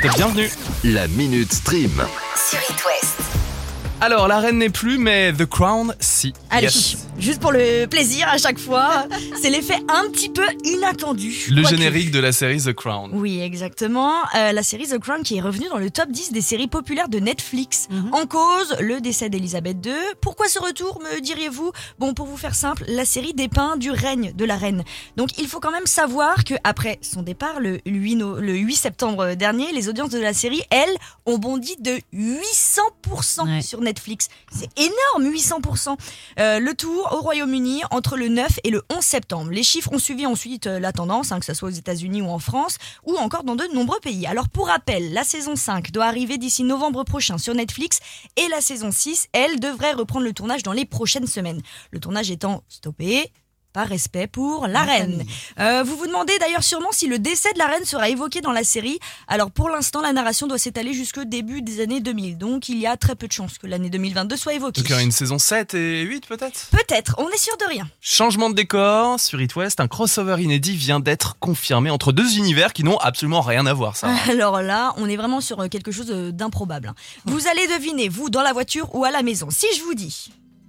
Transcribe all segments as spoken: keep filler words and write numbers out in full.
bienvenue. La Minute Stream. Sur It West. Alors, la reine n'est plus, mais The Crown, si. Allez, Yes. juste pour le plaisir à chaque fois, c'est l'effet un petit peu inattendu. Le Quoique. générique de la série The Crown. Oui, exactement. Euh, la série The Crown qui est revenue dans le top dix des séries populaires de Netflix. Mhm. En cause, le décès d'Elisabeth deux. Pourquoi ce retour, me diriez-vous ? Bon, pour vous faire simple, la série dépeint du règne de la reine. Donc, il faut quand même savoir que après son départ, le huit, no- le huit septembre dernier, les audiences de la série, elles, ont bondi de huit cents pour cent Ouais. sur Netflix. C'est énorme, huit cents pour cent. Euh, le tout au Royaume-Uni entre le neuf et le onze septembre. Les chiffres ont suivi ensuite euh, la tendance, hein, que ce soit aux États-Unis ou en France, ou encore dans de nombreux pays. Alors pour rappel, la saison cinq doit arriver d'ici novembre prochain sur Netflix et la saison six, elle, devrait reprendre le tournage dans les prochaines semaines. Le tournage étant stoppé par respect pour la reine. Euh, vous vous demandez d'ailleurs sûrement si le décès de la reine sera évoqué dans la série. Alors pour l'instant, la narration doit s'étaler jusqu'au début des années deux mille. Donc il y a très peu de chances que l'année deux mille vingt-deux soit évoquée. Donc il y aura une saison sept et huit peut-être. Peut-être, on est sûr de rien. Changement de décor, sur It West, un crossover inédit vient d'être confirmé entre deux univers qui n'ont absolument rien à voir, ça. Alors là, on est vraiment sur quelque chose d'improbable. hein. Vous allez deviner, vous, dans la voiture ou à la maison. Si je vous dis...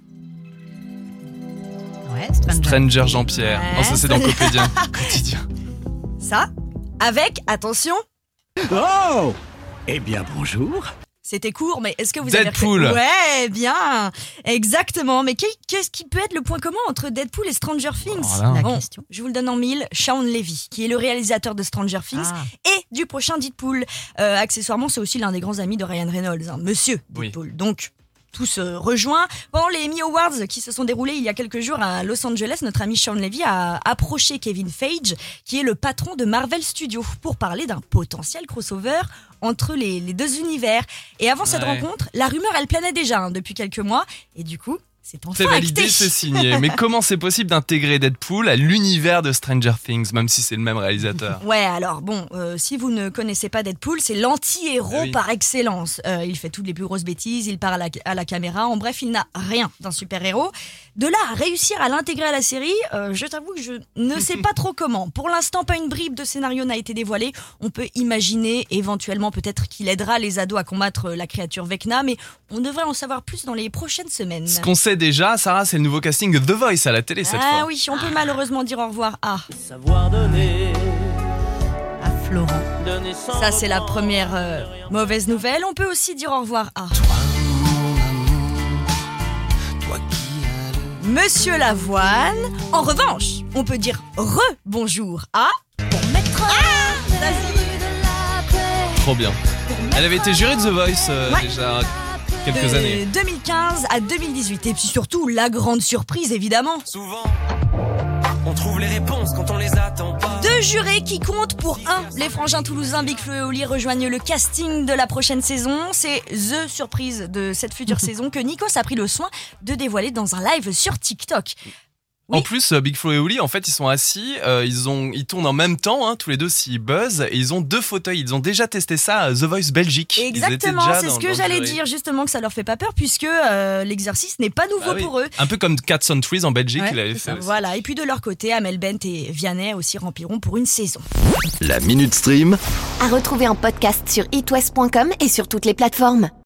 Ouais, Stranger. Stranger Jean-Pierre. Ouais. Non, ça c'est dans Copédien. Quotidien. Ça, avec, attention, Oh! Eh bien, bonjour. c'était court, mais est-ce que vous Deadpool. avez... Ouais, bien, exactement. Mais qu'est- qu'est-ce qui peut être le point commun entre Deadpool et Stranger Things Voilà. La Bon, question. je vous le donne en mille. Sean Levy, qui est le réalisateur de Stranger Things Ah. et du prochain Deadpool. Euh, accessoirement, c'est aussi l'un des grands amis de Ryan Reynolds, hein, Monsieur Oui. Deadpool. Donc... Tout se rejoint. Pendant les Emmy Awards qui se sont déroulés il y a quelques jours à Los Angeles, notre ami Sean Levy a approché Kevin Feige, qui est le patron de Marvel Studios, pour parler d'un potentiel crossover entre les, les deux univers. Et avant cette Ouais. rencontre, la rumeur, elle planait déjà hein, depuis quelques mois. Et du coup, c'est enfin C'est validé, acté. c'est signé. Mais comment c'est possible d'intégrer Deadpool à l'univers de Stranger Things, même si c'est le même réalisateur? Ouais, alors bon, euh, si vous ne connaissez pas Deadpool, c'est l'anti-héros Ah oui. par excellence. Euh, il fait toutes les plus grosses bêtises, il parle à la, à la caméra. En bref, il n'a rien d'un super-héros. De là à réussir à l'intégrer à la série, euh, je t'avoue que je ne sais pas trop comment. Pour l'instant, pas une bribe de scénario n'a été dévoilée. On peut imaginer éventuellement peut-être qu'il aidera les ados à combattre la créature Vecna, mais on devrait en savoir plus dans les prochaines semaines. Ce qu'on sait déjà, Sarah, c'est le nouveau casting de The Voice à la télé cette Ah fois. oui, on peut malheureusement dire au revoir à... Savoir donner, À Florent. donner sans Ça, c'est la reprendre, première euh, rien mauvaise nouvelle. On peut aussi dire au revoir à... Monsieur Lavoine. En revanche, on peut dire re-bonjour à... Pour mettre... Ah, Trop bien. Elle avait été jurée de The Voice euh, Ouais. déjà quelques de années. deux mille quinze à deux mille dix-huit. Et puis surtout, la grande surprise, évidemment. Souvent, on trouve les réponses quand on les attend pas. Deux jurés qui comptent pour un. Les frangins toulousains Big Flo et Oli rejoignent le casting de la prochaine saison. C'est the surprise de cette future saison que Nikos a pris le soin de dévoiler dans un live sur TikTok. Oui. En plus, euh, Big Flo et Oli, en fait, ils sont assis, euh, ils ont, ils tournent en même temps, hein, tous les deux s'ils buzzent, et ils ont deux fauteuils. Ils ont déjà testé ça à The Voice Belgique. Ils étaient Exactement, déjà c'est dans- ce que dans le j'allais jury. dire justement, que ça leur fait pas peur puisque euh, l'exercice n'est pas nouveau Ah oui. pour eux. Un peu comme Cats on Trees en Belgique, Ouais, il avait c'est fait ça. aussi. Voilà, et puis de leur côté, Amel Bent et Vianney aussi rempliront pour une saison. La Minute Stream. À retrouver en podcast sur it west point com et sur toutes les plateformes.